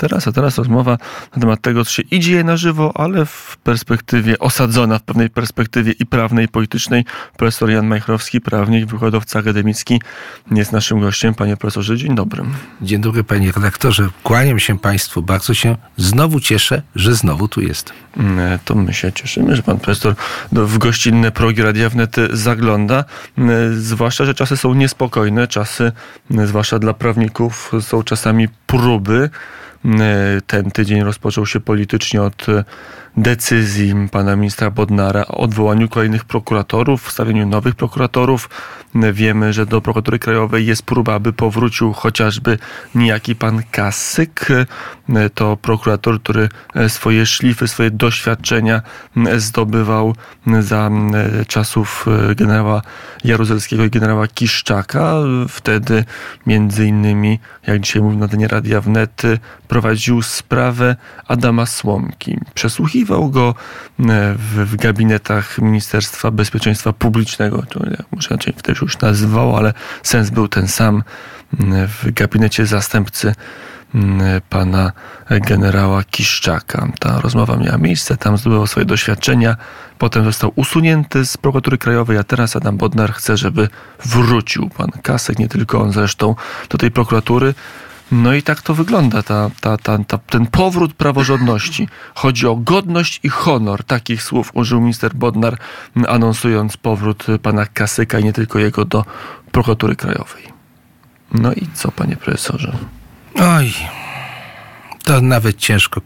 A teraz rozmowa na temat tego, co się i dzieje na żywo, ale w perspektywie osadzona, w pewnej perspektywie i prawnej, i politycznej. Profesor Jan Majchrowski, prawnik, wykładowca akademicki, jest naszym gościem. Panie profesorze, dzień dobry. Dzień dobry, panie redaktorze. Kłaniam się państwu. Bardzo się znowu cieszę, że znowu tu jestem. To my się cieszymy, że pan profesor w gościnne progi Radia Wnet zagląda. Zwłaszcza, że czasy są niespokojne. Czasy, zwłaszcza dla prawników, są czasami próby. Ten tydzień rozpoczął się politycznie od decyzji pana ministra Bodnara o odwołaniu kolejnych prokuratorów, wstawieniu nowych prokuratorów. Wiemy, że do prokuratury krajowej jest próba, aby powrócił chociażby niejaki pan Kaszyk. To prokurator, który swoje szlify, swoje doświadczenia zdobywał za czasów generała Jaruzelskiego i generała Kiszczaka. Wtedy między innymi, jak dzisiaj mówił na antenie Radia Wnet, prowadził sprawę Adama Słomki. Przesłuchiwał go w gabinetach Ministerstwa Bezpieczeństwa Publicznego, to może inaczej wtedy już nazywało, ale sens był ten sam, w gabinecie zastępcy pana generała Kiszczaka. Ta rozmowa miała miejsce, tam zdobywał swoje doświadczenia, potem został usunięty z prokuratury krajowej, a teraz Adam Bodnar chce, żeby wrócił pan Kasek, nie tylko on zresztą, do tej prokuratury. No i tak to wygląda, ten powrót praworządności. Chodzi o godność i honor. Takich słów użył minister Bodnar, anonsując powrót pana Kasyka i nie tylko jego do prokuratury krajowej. No i co, panie profesorze? Oj, to nawet ciężko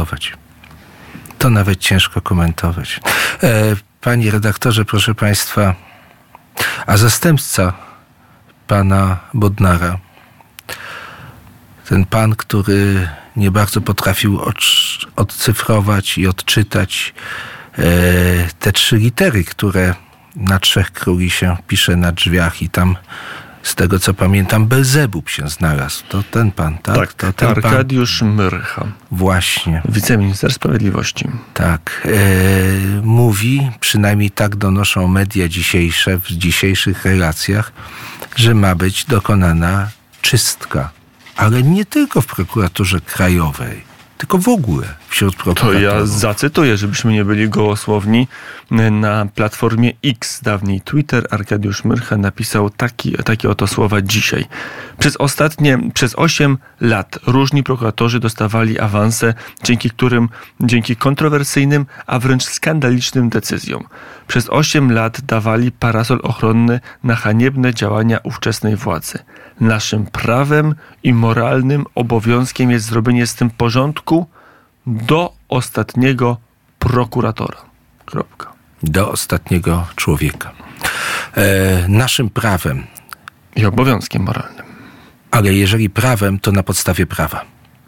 komentować. Panie redaktorze, proszę państwa, a zastępca pana Bodnara, ten pan, który nie bardzo potrafił odcyfrować i odczytać te 3 litery, które na 3 króli się pisze na drzwiach i tam, z tego co pamiętam, Belzebub się znalazł. To ten pan, tak? Tak, to ten Arkadiusz Myrcha. Właśnie. Wiceminister Sprawiedliwości. Tak. Mówi, przynajmniej tak donoszą media dzisiejsze, w dzisiejszych relacjach, że ma być dokonana czystka. Ale nie tylko w prokuraturze krajowej, tylko w ogóle wśród prokuratorów. To ja zacytuję, żebyśmy nie byli gołosłowni. Na platformie X, dawniej Twitter, Arkadiusz Myrcha napisał takie oto słowa dzisiaj. Przez 8 lat różni prokuratorzy dostawali awanse, dzięki kontrowersyjnym, a wręcz skandalicznym decyzjom. Przez 8 lat dawali parasol ochronny na haniebne działania ówczesnej władzy. Naszym prawem i moralnym obowiązkiem jest zrobienie z tym porządku do ostatniego prokuratora. Kropka. Do ostatniego człowieka. Naszym prawem. I obowiązkiem moralnym. Ale jeżeli prawem, to na podstawie prawa.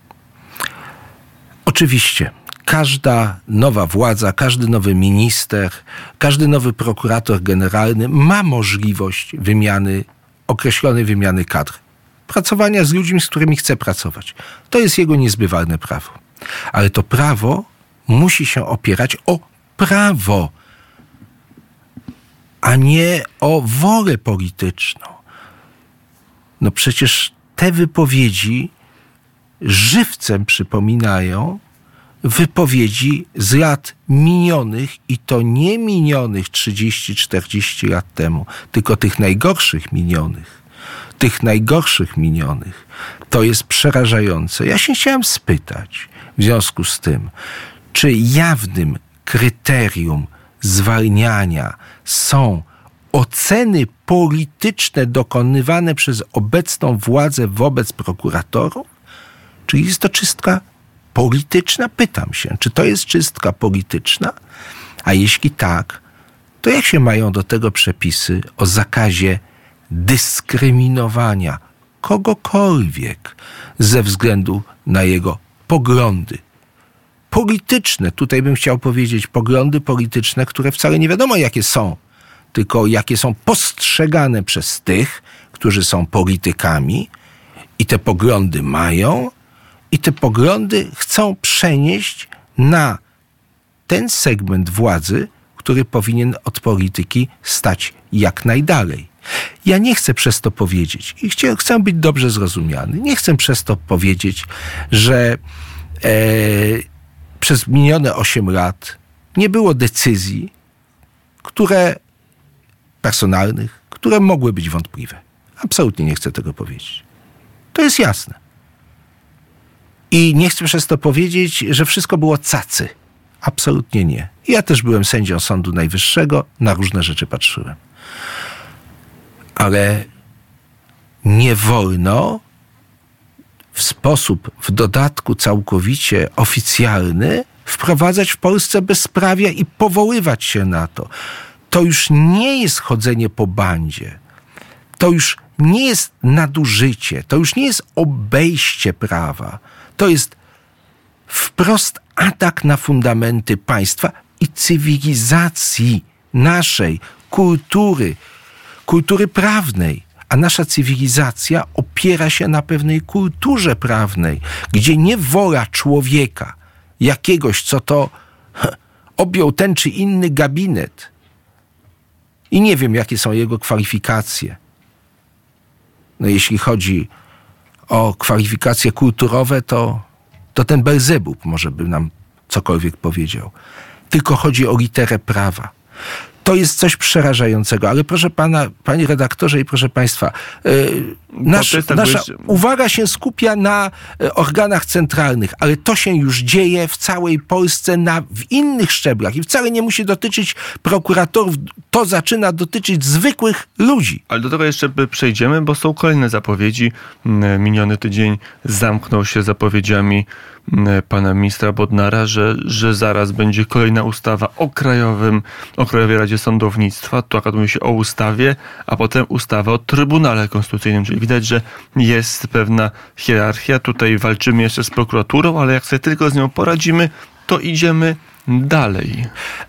Oczywiście, każda nowa władza, każdy nowy minister, każdy nowy prokurator generalny ma możliwość określonej wymiany kadr. Pracowania z ludźmi, z którymi chce pracować. To jest jego niezbywalne prawo. Ale to prawo musi się opierać o prawo, a nie o wolę polityczną. No przecież te wypowiedzi żywcem przypominają wypowiedzi z lat minionych i to nie minionych 30-40 lat temu, tylko tych najgorszych minionych. To jest przerażające. Ja się chciałem spytać w związku z tym, czy jawnym kryterium zwalniania są oceny polityczne dokonywane przez obecną władzę wobec prokuratorów? Czy jest to czystka polityczna? Pytam się, czy to jest czystka polityczna? A jeśli tak, to jak się mają do tego przepisy o zakazie dyskryminowania kogokolwiek ze względu na jego poglądy polityczne? Tutaj bym chciał powiedzieć poglądy polityczne, które wcale nie wiadomo jakie są, tylko jakie są postrzegane przez tych, którzy są politykami i te poglądy mają i te poglądy chcą przenieść na ten segment władzy, który powinien od polityki stać jak najdalej. Ja nie chcę przez to powiedzieć, i chcę być dobrze zrozumiany, nie chcę przez to powiedzieć, że przez minione 8 lat nie było decyzji, personalnych, które mogły być wątpliwe. Absolutnie nie chcę tego powiedzieć. To jest jasne. I nie chcę przez to powiedzieć, że wszystko było cacy. Absolutnie nie. Ja też byłem sędzią Sądu Najwyższego, na różne rzeczy patrzyłem. Ale nie wolno w dodatku całkowicie oficjalny, wprowadzać w Polsce bezprawia i powoływać się na to. To już nie jest chodzenie po bandzie. To już nie jest nadużycie. To już nie jest obejście prawa. To jest wprost atak na fundamenty państwa i cywilizacji naszej, kultury prawnej. A nasza cywilizacja opiera się na pewnej kulturze prawnej, gdzie nie wola człowieka, jakiegoś, co to objął ten czy inny gabinet. I nie wiem, jakie są jego kwalifikacje. No jeśli chodzi o kwalifikacje kulturowe, to ten Belzebub może by nam cokolwiek powiedział. Tylko chodzi o literę prawa. To jest coś przerażającego, ale proszę pana, panie redaktorze i proszę państwa, nasza uwaga się skupia na organach centralnych, ale to się już dzieje w całej Polsce w innych szczeblach i wcale nie musi dotyczyć prokuratorów, to zaczyna dotyczyć zwykłych ludzi. Ale do tego jeszcze przejdziemy, bo są kolejne zapowiedzi. Miniony tydzień zamknął się zapowiedziami pana ministra Bodnara, że zaraz będzie kolejna ustawa o Krajowej Radzie Sądownictwa. Tu akurat mówi się o ustawie, a potem ustawa o Trybunale Konstytucyjnym. Czyli widać, że jest pewna hierarchia. Tutaj walczymy jeszcze z prokuraturą, ale jak sobie tylko z nią poradzimy, to idziemy dalej.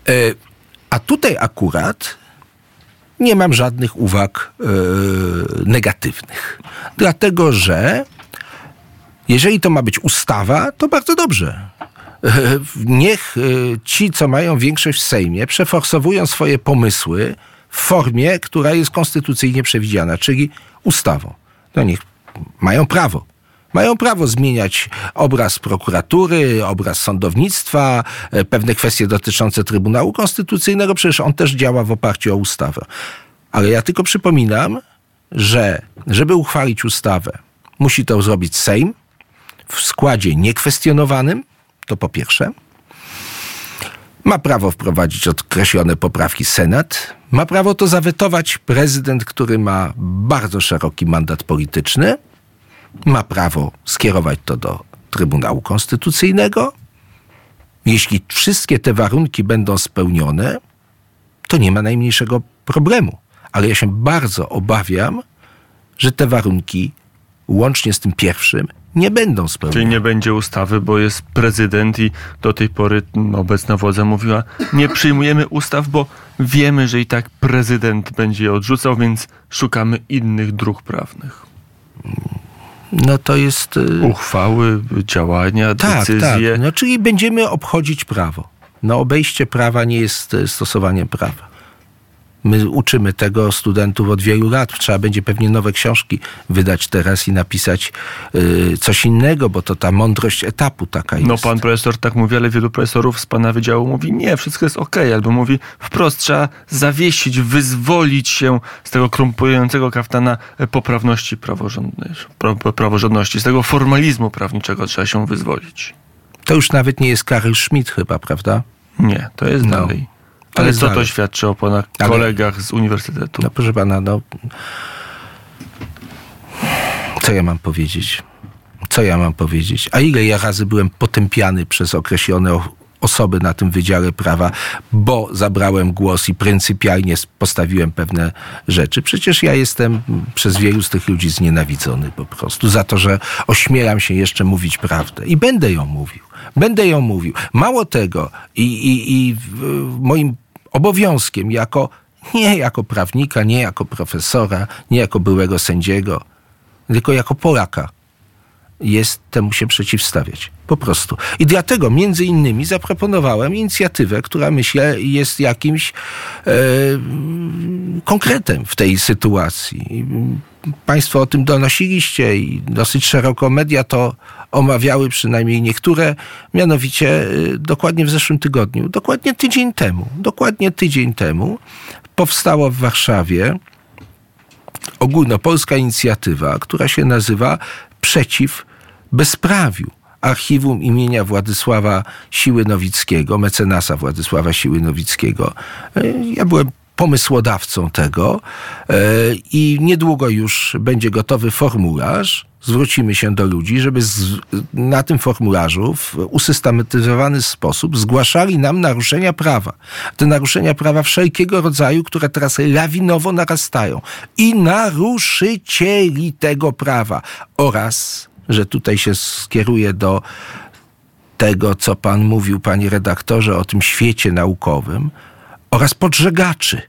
A tutaj akurat nie mam żadnych uwag negatywnych. Dlatego, że jeżeli to ma być ustawa, to bardzo dobrze. Niech ci, co mają większość w Sejmie, przeforsowują swoje pomysły w formie, która jest konstytucyjnie przewidziana, czyli ustawą. No niech mają prawo. Mają prawo zmieniać obraz prokuratury, obraz sądownictwa, pewne kwestie dotyczące Trybunału Konstytucyjnego. Przecież on też działa w oparciu o ustawę. Ale ja tylko przypominam, że żeby uchwalić ustawę, musi to zrobić Sejm w składzie niekwestionowanym, to po pierwsze. Ma prawo wprowadzić określone poprawki Senat. Ma prawo to zawetować prezydent, który ma bardzo szeroki mandat polityczny. Ma prawo skierować to do Trybunału Konstytucyjnego. Jeśli wszystkie te warunki będą spełnione, to nie ma najmniejszego problemu. Ale ja się bardzo obawiam, że te warunki, łącznie z tym pierwszym, nie będą spełnione. Czyli nie będzie ustawy, bo jest prezydent i do tej pory obecna władza mówiła, nie przyjmujemy ustaw, bo wiemy, że i tak prezydent będzie je odrzucał, więc szukamy innych dróg prawnych. No to jest... Uchwały, działania, decyzje. Tak. No, czyli będziemy obchodzić prawo. No obejście prawa nie jest stosowaniem prawa. My uczymy tego studentów od wielu lat. Trzeba będzie pewnie nowe książki wydać teraz i napisać coś innego, bo to ta mądrość etapu taka jest. No pan profesor tak mówi, ale wielu profesorów z pana wydziału mówi, nie, wszystko jest okej, albo mówi wprost, trzeba zawiesić, wyzwolić się z tego krumpującego kaftana poprawności praworządności, z tego formalizmu prawniczego trzeba się wyzwolić. To już nawet nie jest Karl Schmitt chyba, prawda? Nie, to jest dalej. Ale co to świadczy o pana kolegach z uniwersytetu? No proszę pana, co ja mam powiedzieć? A ile ja razy byłem potępiany przez określone osoby na tym Wydziale Prawa, bo zabrałem głos i pryncypialnie postawiłem pewne rzeczy. Przecież ja jestem przez wielu z tych ludzi znienawidzony po prostu za to, że ośmielam się jeszcze mówić prawdę. I będę ją mówił. Mało tego, i moim obowiązkiem nie jako prawnika, nie jako profesora, nie jako byłego sędziego, tylko jako Polaka jest temu się przeciwstawiać. Po prostu. I dlatego między innymi zaproponowałem inicjatywę, która myślę jest jakimś konkretem w tej sytuacji. Państwo o tym donosiliście i dosyć szeroko media to omawiały, przynajmniej niektóre, mianowicie dokładnie w zeszłym tygodniu, dokładnie tydzień temu powstała w Warszawie ogólnopolska inicjatywa, która się nazywa Przeciw Bezprawiu. Archiwum imienia Władysława Siły-Nowickiego, mecenasa Władysława Siły-Nowickiego. Ja byłem pomysłodawcą tego i niedługo już będzie gotowy formularz. Zwrócimy się do ludzi, żeby na tym formularzu w usystematyzowany sposób zgłaszali nam naruszenia prawa. Te naruszenia prawa wszelkiego rodzaju, które teraz lawinowo narastają. I naruszycieli tego prawa. Oraz, że tutaj się skieruję do tego, co pan mówił, panie redaktorze, o tym świecie naukowym, oraz podżegaczy,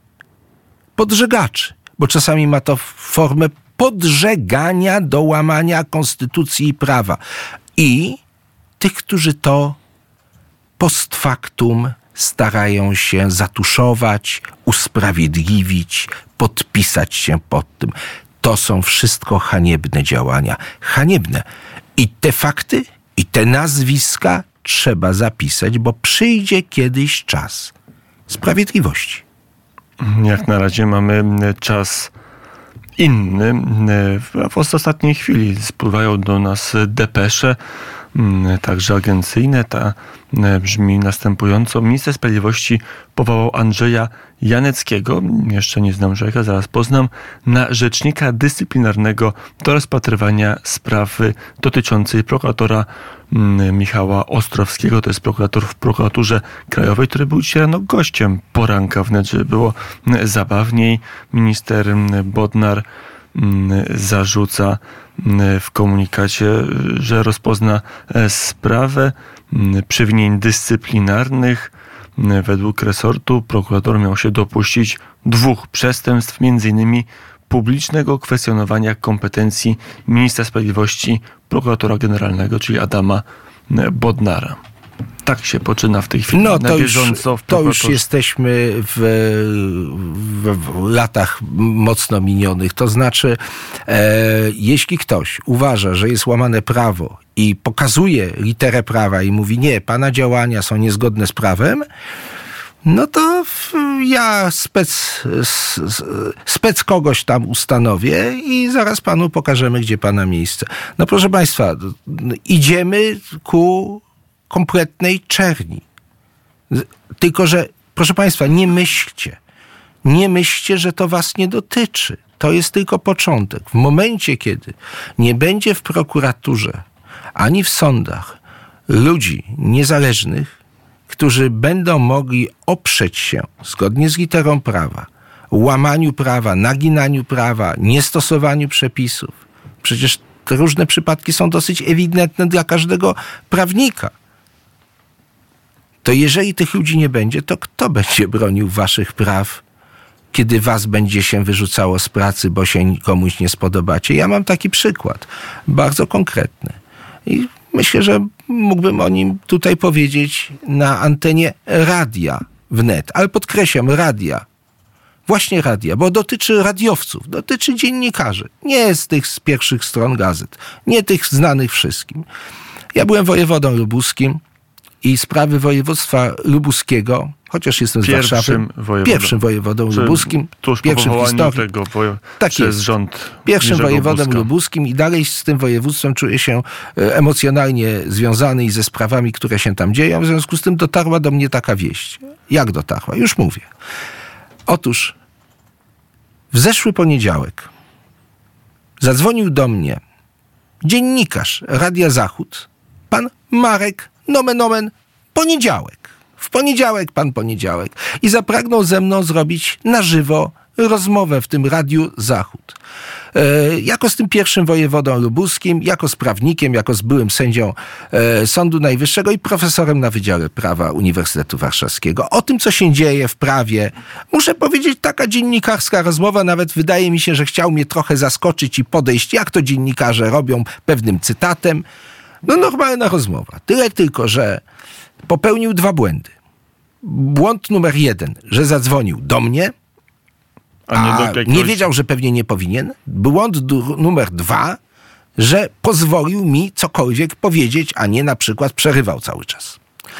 bo czasami ma to formę podżegania do łamania konstytucji i prawa. I tych, którzy to post factum starają się zatuszować, usprawiedliwić, podpisać się pod tym. To są wszystko haniebne działania. Haniebne. I te fakty, i te nazwiska trzeba zapisać, bo przyjdzie kiedyś czas sprawiedliwości. Jak na razie mamy czas inny. W ostatniej chwili spływają do nas depesze, także agencyjne. Ta brzmi następująco. Minister Sprawiedliwości powołał Andrzeja Janeckiego, jeszcze nie znam człowieka, zaraz poznam, na rzecznika dyscyplinarnego do rozpatrywania sprawy dotyczącej prokuratora Michała Ostrowskiego. To jest prokurator w prokuraturze krajowej, który był dzisiaj rano gościem poranka, wnet, żeby było zabawniej. Minister Bodnar zarzuca w komunikacie, że rozpozna sprawę przewinień dyscyplinarnych. Według resortu prokurator miał się dopuścić 2 przestępstw, m.in. publicznego kwestionowania kompetencji ministra sprawiedliwości, prokuratora generalnego, czyli Adama Bodnara. Tak się poczyna w tej chwili na bieżąco w prokuraturze. To już jesteśmy w latach mocno minionych. To znaczy, jeśli ktoś uważa, że jest łamane prawo i pokazuje literę prawa i mówi, nie, pana działania są niezgodne z prawem, no to ja spec kogoś tam ustanowię i zaraz panu pokażemy, gdzie pana miejsce. No proszę państwa, idziemy ku kompletnej czerni. Tylko że, proszę państwa, nie myślcie, że to was nie dotyczy. To jest tylko początek. W momencie, kiedy nie będzie w prokuraturze ani w sądach ludzi niezależnych, którzy będą mogli oprzeć się zgodnie z literą prawa, łamaniu prawa, naginaniu prawa, niestosowaniu przepisów. Przecież te różne przypadki są dosyć ewidentne dla każdego prawnika. To jeżeli tych ludzi nie będzie, to kto będzie bronił waszych praw, kiedy was będzie się wyrzucało z pracy, bo się komuś nie spodobacie? Ja mam taki przykład, bardzo konkretny. I myślę, że mógłbym o nim tutaj powiedzieć na antenie radia wnet, ale podkreślam, radia. Właśnie radia, bo dotyczy radiowców, dotyczy dziennikarzy. Nie z tych z pierwszych stron gazet, nie tych znanych wszystkim. Ja byłem wojewodą lubuskim i sprawy województwa lubuskiego, chociaż jestem z Warszawy, pierwszym wojewodą lubuskim, pierwszym w historii. Tego tak przez jest. Rząd Pierwszym wojewodą Buzka. lubuskim i dalej z tym województwem czuję się emocjonalnie związany i ze sprawami, które się tam dzieją. W związku z tym dotarła do mnie taka wieść. Jak dotarła? Już mówię. Otóż w zeszły poniedziałek zadzwonił do mnie dziennikarz Radia Zachód, pan Marek, nomen omen, w poniedziałek i zapragnął ze mną zrobić na żywo rozmowę w tym Radiu Zachód. Jako z tym pierwszym wojewodą lubuskim, jako z prawnikiem, jako z byłym sędzią Sądu Najwyższego i profesorem na Wydziale Prawa Uniwersytetu Warszawskiego. O tym, co się dzieje w prawie. Muszę powiedzieć, taka dziennikarska rozmowa, nawet wydaje mi się, że chciał mnie trochę zaskoczyć i podejść, jak to dziennikarze robią, pewnym cytatem. No normalna rozmowa. Tyle tylko, że popełnił 2 błędy. Błąd numer 1, że zadzwonił do mnie, a nie wiedział, że pewnie nie powinien. Błąd numer 2, że pozwolił mi cokolwiek powiedzieć, a nie na przykład przerywał cały czas.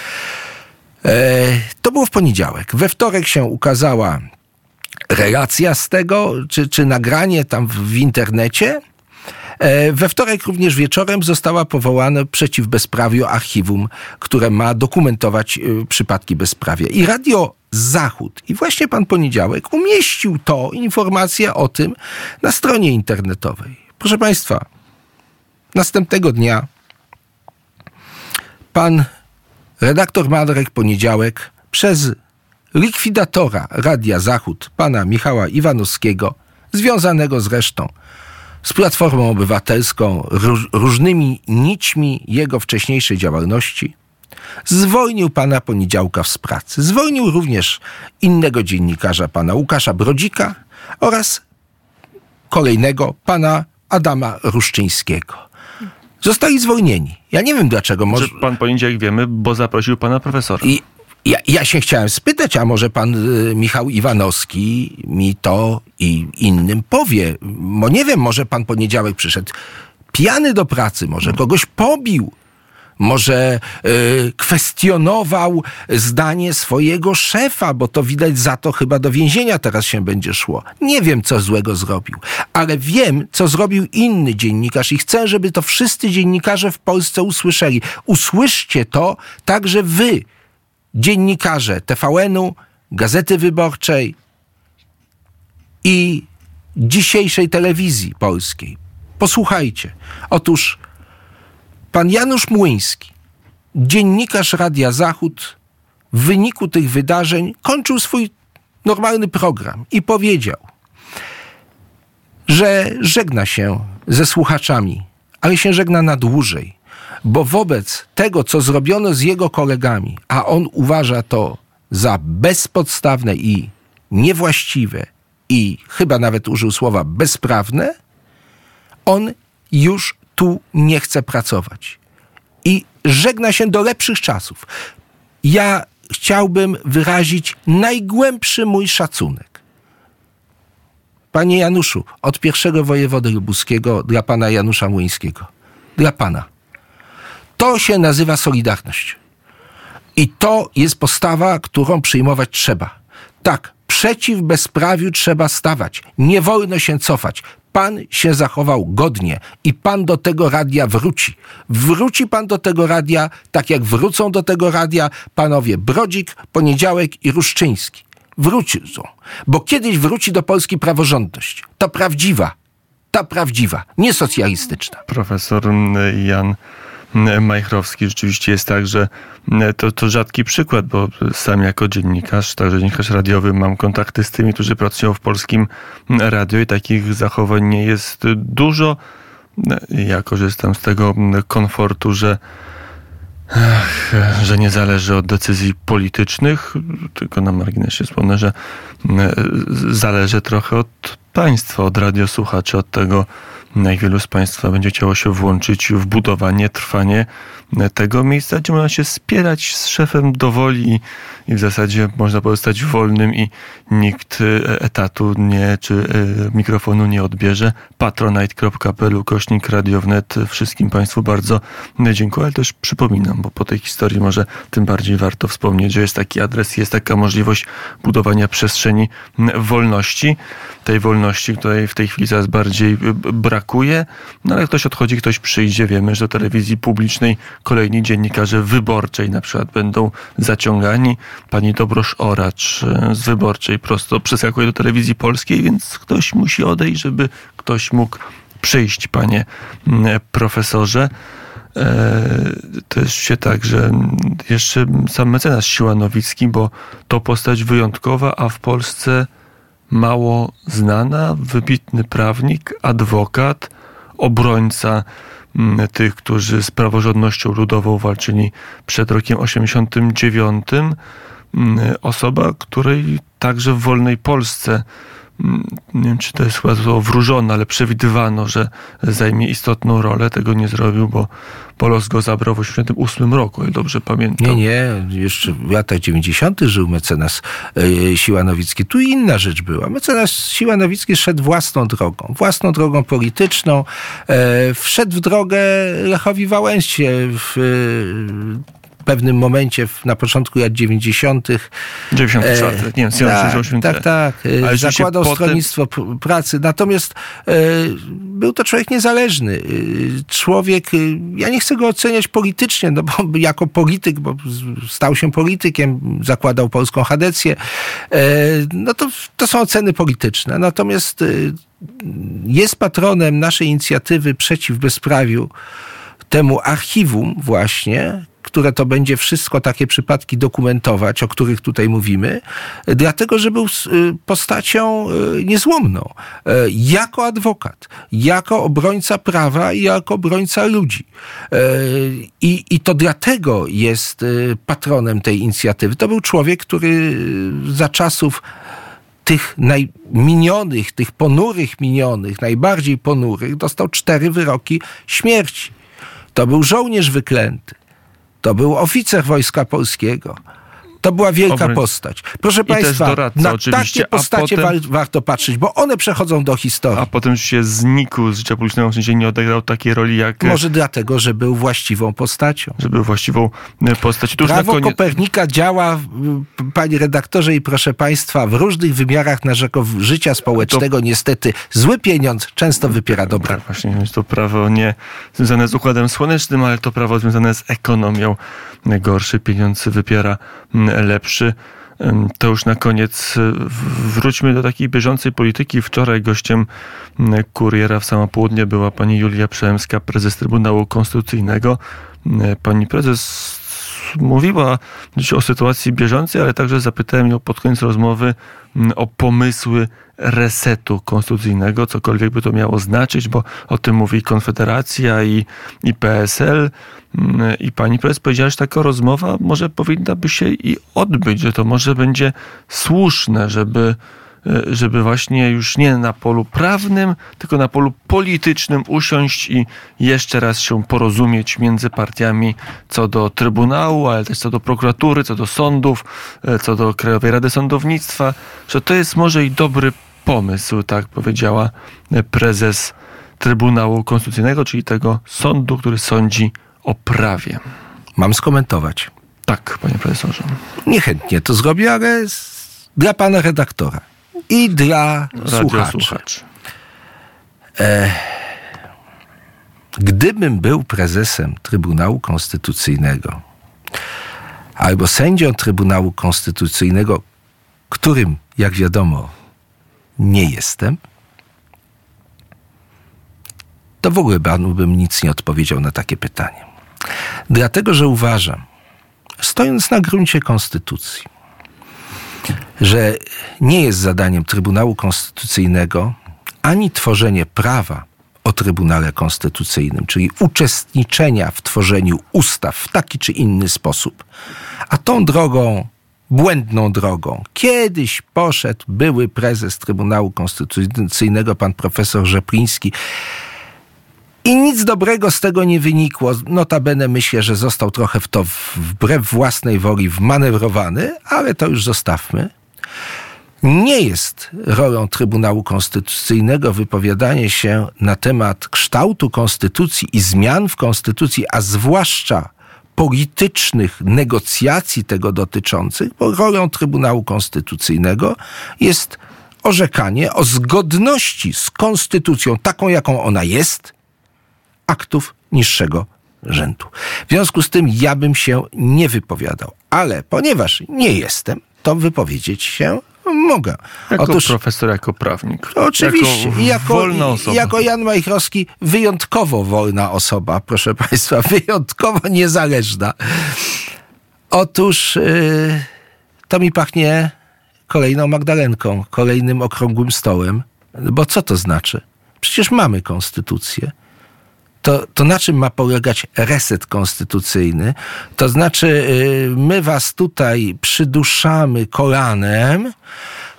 To było w poniedziałek. We wtorek się ukazała relacja z tego, czy nagranie tam w internecie. We wtorek również wieczorem została powołane przeciw bezprawiu archiwum, które ma dokumentować przypadki bezprawia. I Radio Zachód i właśnie pan Poniedziałek umieścił informację o tym na stronie internetowej. Proszę państwa, następnego dnia pan redaktor Marek Poniedziałek przez likwidatora Radia Zachód, pana Michała Iwanowskiego, związanego zresztą z Platformą Obywatelską, różnymi nićmi jego wcześniejszej działalności, zwolnił pana Poniedziałka z pracy. Zwolnił również innego dziennikarza, pana Łukasza Brodzika oraz kolejnego, pana Adama Ruszczyńskiego. Zostali zwolnieni. Ja nie wiem dlaczego. Może pan Poniedziałek wiemy, bo zaprosił pana profesora. Ja się chciałem spytać, a może pan Michał Iwanowski mi to i innym powie. Bo nie wiem, może pan Poniedziałek przyszedł pijany do pracy, może kogoś pobił, może kwestionował zdanie swojego szefa, bo to widać, za to chyba do więzienia teraz się będzie szło. Nie wiem, co złego zrobił, ale wiem, co zrobił inny dziennikarz i chcę, żeby to wszyscy dziennikarze w Polsce usłyszeli. Usłyszcie to także wy, dziennikarze TVN-u, Gazety Wyborczej i dzisiejszej telewizji polskiej. Posłuchajcie. Otóż pan Janusz Młyński, dziennikarz Radia Zachód, w wyniku tych wydarzeń kończył swój normalny program i powiedział, że żegna się ze słuchaczami, ale się żegna na dłużej, bo wobec tego, co zrobiono z jego kolegami, a on uważa to za bezpodstawne i niewłaściwe i chyba nawet użył słowa bezprawne, on już tu nie chce pracować. I żegna się do lepszych czasów. Ja chciałbym wyrazić najgłębszy mój szacunek. Panie Januszu, od pierwszego wojewody lubuskiego dla pana Janusza Młyńskiego. Dla pana. To się nazywa solidarność. I to jest postawa, którą przyjmować trzeba. Tak, przeciw bezprawiu trzeba stawać. Nie wolno się cofać. Pan się zachował godnie i pan do tego radia wróci. Wróci pan do tego radia, tak jak wrócą do tego radia panowie Brodzik, Poniedziałek i Ruszczyński. Wrócą, bo kiedyś wróci do Polski praworządność. Ta prawdziwa, nie socjalistyczna. Profesor Jan Majchrowski. Rzeczywiście jest tak, że to rzadki przykład, bo sam jako dziennikarz, także dziennikarz radiowy, mam kontakty z tymi, którzy pracują w polskim radiu i takich zachowań nie jest dużo. Ja korzystam z tego komfortu, że nie zależy od decyzji politycznych, tylko na marginesie wspomnę, że zależy trochę od państwa, od radiosłuchaczy, od tego, jak wielu z państwa będzie chciało się włączyć w budowanie, trwanie tego miejsca, gdzie można się spierać z szefem do woli i w zasadzie można pozostać wolnym i nikt etatu czy mikrofonu nie odbierze. patronite.pl/Radio Wnet. Wszystkim państwu bardzo dziękuję, ale też przypominam, bo po tej historii może tym bardziej warto wspomnieć, że jest taki adres, jest taka możliwość budowania przestrzeni wolności. Tej wolności, której w tej chwili coraz bardziej brakuje, no ale ktoś odchodzi, ktoś przyjdzie. Wiemy, że do telewizji publicznej kolejni dziennikarze Wyborczej na przykład będą zaciągani. Pani Dobrosz-Oracz z Wyborczej prosto przeskakuje do telewizji polskiej, więc ktoś musi odejść, żeby ktoś mógł przyjść, panie profesorze. Też się tak, że jeszcze sam mecenas Siła-Nowicki, bo to postać wyjątkowa, a w Polsce mało znana, wybitny prawnik, adwokat, obrońca tych, którzy z praworządnością ludową walczyli przed rokiem 1989. Osoba, której także w wolnej Polsce nie wiem, czy to jest chyba słowo wróżone, ale przewidywano, że zajmie istotną rolę. Tego nie zrobił, bo los go zabrał w 1988 roku, jak dobrze pamiętam. Nie, jeszcze w latach 90. żył mecenas Siła-Nowicki. Tu inna rzecz była. Mecenas Siła-Nowicki szedł własną drogą polityczną. Wszedł w drogę Lechowi Wałęsie w pewnym momencie, na początku lat 90. 94, nie wiem, tak. Zakładał Stronnictwo Pracy. Natomiast był to człowiek niezależny. Człowiek, ja nie chcę go oceniać politycznie, no bo jako polityk, bo stał się politykiem, zakładał polską chadecję. No to są oceny polityczne. Natomiast jest patronem naszej inicjatywy przeciw bezprawiu, temu archiwum właśnie, które to będzie wszystko takie przypadki dokumentować, o których tutaj mówimy, dlatego, że był postacią niezłomną. Jako adwokat, jako obrońca prawa i jako obrońca ludzi. I to dlatego jest patronem tej inicjatywy. To był człowiek, który za czasów tych minionych, tych ponurych minionych, najbardziej ponurych, dostał 4 wyroki śmierci. To był żołnierz wyklęty. To był oficer Wojska Polskiego. To była wielka postać. Proszę Państwa, na takie postacie warto patrzeć, bo one przechodzą do historii. A potem się znikł z życia publicznego, w sensie nie odegrał takiej roli jak... Może dlatego, że był właściwą postacią. Że był właściwą postacią. Prawo Kopernika działa, panie redaktorze i proszę Państwa, w różnych wymiarach naszego życia społecznego. Niestety zły pieniądz często wypiera dobre. Tak, właśnie jest to prawo nie związane z Układem Słonecznym, ale to prawo związane z ekonomią. Gorszy pieniądz wypiera lepszy. To już na koniec wróćmy do takiej bieżącej polityki. Wczoraj gościem Kuriera w samo południe była pani Julia Przyłębska, prezes Trybunału Konstytucyjnego. Pani prezes mówiła dziś o sytuacji bieżącej, ale także zapytałem ją pod koniec rozmowy o pomysły resetu konstytucyjnego, cokolwiek by to miało znaczyć, bo o tym mówi Konfederacja i PSL. I pani prezes powiedziała, że taka rozmowa może powinna by się i odbyć, że to może będzie słuszne, żeby właśnie już nie na polu prawnym, tylko na polu politycznym usiąść i jeszcze raz się porozumieć między partiami co do Trybunału, ale też co do prokuratury, co do sądów, co do Krajowej Rady Sądownictwa, że to jest może i dobry pomysł, tak powiedziała prezes Trybunału Konstytucyjnego, czyli tego sądu, który sądzi o prawie. Mam skomentować. Tak, panie profesorze. Niechętnie to zrobię, ale dla pana redaktora i dla słuchaczy. Gdybym był prezesem Trybunału Konstytucyjnego albo sędzią Trybunału Konstytucyjnego, którym, jak wiadomo, nie jestem, to w ogóle panu bym nic nie odpowiedział na takie pytanie. Dlatego, że uważam, stojąc na gruncie Konstytucji, że nie jest zadaniem Trybunału Konstytucyjnego ani tworzenie prawa o Trybunale Konstytucyjnym, czyli uczestniczenia w tworzeniu ustaw w taki czy inny sposób, a tą drogą, błędną drogą, kiedyś poszedł były prezes Trybunału Konstytucyjnego, pan profesor Rzepliński, i nic dobrego z tego nie wynikło. Notabene myślę, że został trochę w to wbrew własnej woli wmanewrowany, ale to już zostawmy. Nie jest rolą Trybunału Konstytucyjnego wypowiadanie się na temat kształtu konstytucji i zmian w konstytucji, a zwłaszcza politycznych negocjacji tego dotyczących, bo rolą Trybunału Konstytucyjnego jest orzekanie o zgodności z konstytucją, taką jaką ona jest, aktów niższego rzędu. W związku z tym ja bym się nie wypowiadał, ale ponieważ nie jestem, to wypowiedzieć się mogę. Jako profesor, jako prawnik. Oczywiście. Jako wolna osoba. Jako Jan Majchrowski wyjątkowo wolna osoba, proszę Państwa, wyjątkowo niezależna. Otóż to mi pachnie kolejną Magdalenką, kolejnym okrągłym stołem. Bo co to znaczy? Przecież mamy konstytucję. To na czym ma polegać reset konstytucyjny? To znaczy, my was tutaj przyduszamy kolanem,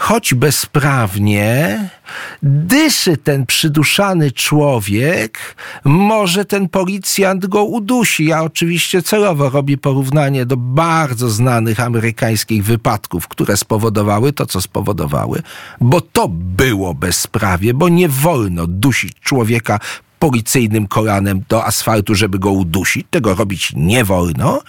choć bezprawnie, dyszy ten przyduszany człowiek, może ten policjant go udusi. Ja oczywiście celowo robię porównanie do bardzo znanych amerykańskich wypadków, które spowodowały to, co spowodowały, bo to było bezprawie, bo nie wolno dusić człowieka policyjnym kolanem do asfaltu, żeby go udusić. Tego robić nie wolno.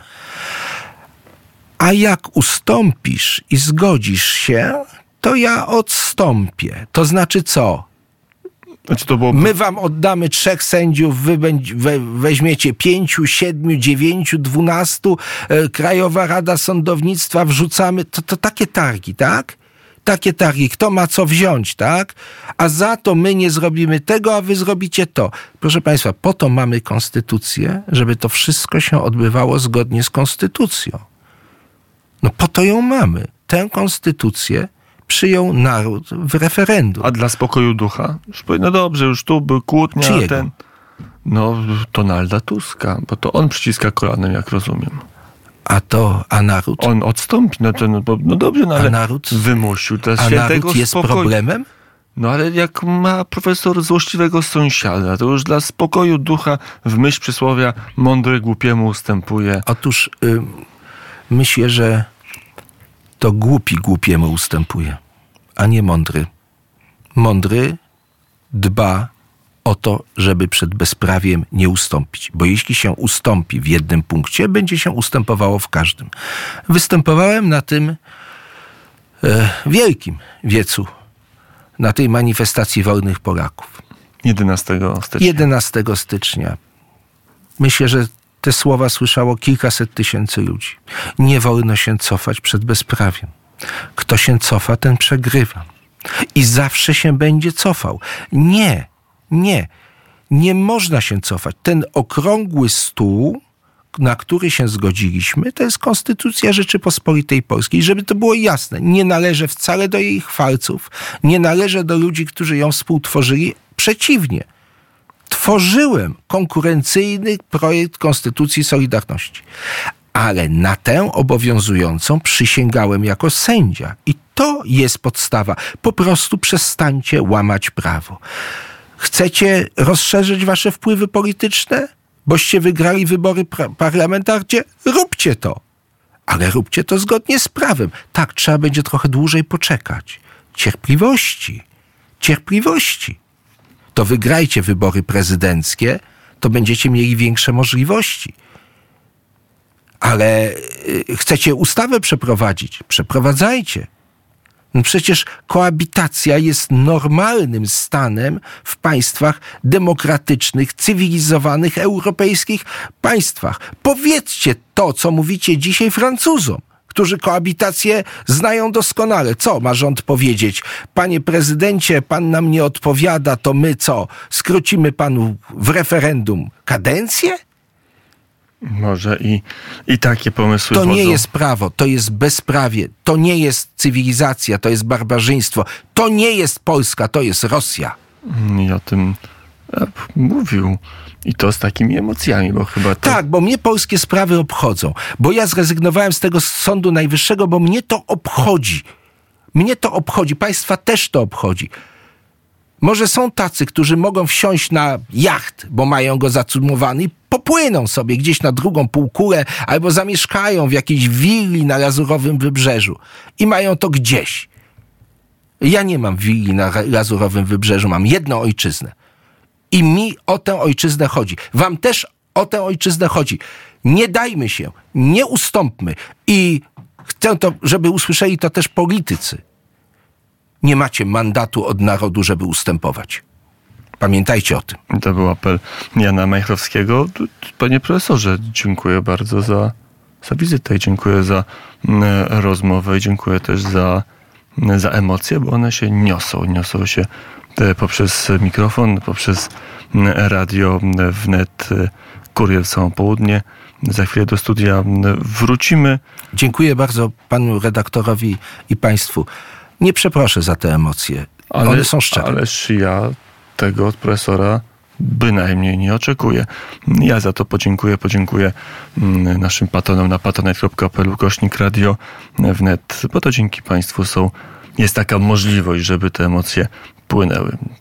A jak ustąpisz i zgodzisz się, to ja odstąpię. To znaczy co? My wam oddamy 3 sędziów, wy weźmiecie 5, 7, 9, 12, Krajowa Rada Sądownictwa wrzucamy. To takie targi, tak? Takie targi. Kto ma co wziąć, tak? A za to my nie zrobimy tego, a wy zrobicie to. Proszę państwa, po to mamy konstytucję, żeby to wszystko się odbywało zgodnie z konstytucją. No po to ją mamy. Tę konstytucję przyjął naród w referendum. A dla spokoju ducha? No dobrze, już tu był kłótnia. Czyjego? No, Donalda Tuska, bo to on przyciska kolanem, jak rozumiem. A naród? On odstąpi. No dobrze, no ale naród wymusił teraz świętego naród jest spokoju. Problemem? No ale jak ma profesor złośliwego sąsiada, to już dla spokoju ducha w myśl przysłowia mądry głupiemu ustępuje. Otóż myślę, że to głupi głupiemu ustępuje, a nie mądry. Mądry dba o to, żeby przed bezprawiem nie ustąpić. Bo jeśli się ustąpi w jednym punkcie, będzie się ustępowało w każdym. Występowałem na tym wielkim wiecu, na tej manifestacji wolnych Polaków. 11 stycznia. 11 stycznia. Myślę, że te słowa słyszało kilkaset tysięcy ludzi. Nie wolno się cofać przed bezprawiem. Kto się cofa, ten przegrywa. I zawsze się będzie cofał. Nie można się cofać. Ten okrągły stół, na który się zgodziliśmy, to jest Konstytucja Rzeczypospolitej Polskiej. Żeby to było jasne, nie należę wcale do jej chwalców, nie należę do ludzi, którzy ją współtworzyli. Przeciwnie. Tworzyłem konkurencyjny projekt Konstytucji Solidarności. Ale na tę obowiązującą przysięgałem jako sędzia. I to jest podstawa. Po prostu przestańcie łamać prawo. Chcecie rozszerzyć wasze wpływy polityczne? Boście wygrali wybory parlamentarne? Róbcie to. Ale róbcie to zgodnie z prawem. Tak, trzeba będzie trochę dłużej poczekać. Cierpliwości. To wygrajcie wybory prezydenckie, to będziecie mieli większe możliwości. Ale chcecie ustawę przeprowadzić? Przeprowadzajcie. No przecież koabitacja jest normalnym stanem w państwach demokratycznych, cywilizowanych, europejskich państwach. Powiedzcie to, co mówicie dzisiaj Francuzom, którzy koabitację znają doskonale. Co ma rząd powiedzieć? Panie prezydencie, pan nam nie odpowiada, to my co? Skrócimy panu w referendum kadencję? Może i takie pomysły To nie jest prawo, to jest bezprawie, to nie jest cywilizacja, to jest barbarzyństwo, to nie jest Polska, to jest Rosja. I o tym mówił. I to z takimi emocjami, bo chyba to... Tak, bo mnie polskie sprawy obchodzą. Bo ja zrezygnowałem z tego Sądu Najwyższego, bo mnie to obchodzi. Mnie to obchodzi, państwa też to obchodzi. Może są tacy, którzy mogą wsiąść na jacht, bo mają go zacumowany i popłyną sobie gdzieś na drugą półkulę albo zamieszkają w jakiejś willi na Lazurowym Wybrzeżu i mają to gdzieś. Ja nie mam willi na Lazurowym Wybrzeżu, mam jedną ojczyznę. I mi o tę ojczyznę chodzi. Wam też o tę ojczyznę chodzi. Nie dajmy się, nie ustąpmy. I chcę to, żeby usłyszeli to też politycy. Nie macie mandatu od narodu, żeby ustępować. Pamiętajcie o tym. To był apel Jana Majchrowskiego. Panie profesorze, dziękuję bardzo za wizytę i dziękuję za rozmowę i dziękuję też za emocje, bo one się niosą się poprzez mikrofon, poprzez radio wnet, Kurier w samo południe. Za chwilę do studia wrócimy. Dziękuję bardzo panu redaktorowi i państwu. Nie przeproszę za te emocje. One są szczere. Ależ ja tego od profesora bynajmniej nie oczekuję. Ja za to podziękuję naszym patronom na patronite.pl/radio wnet, bo to dzięki państwu są jest taka możliwość, żeby te emocje płynęły.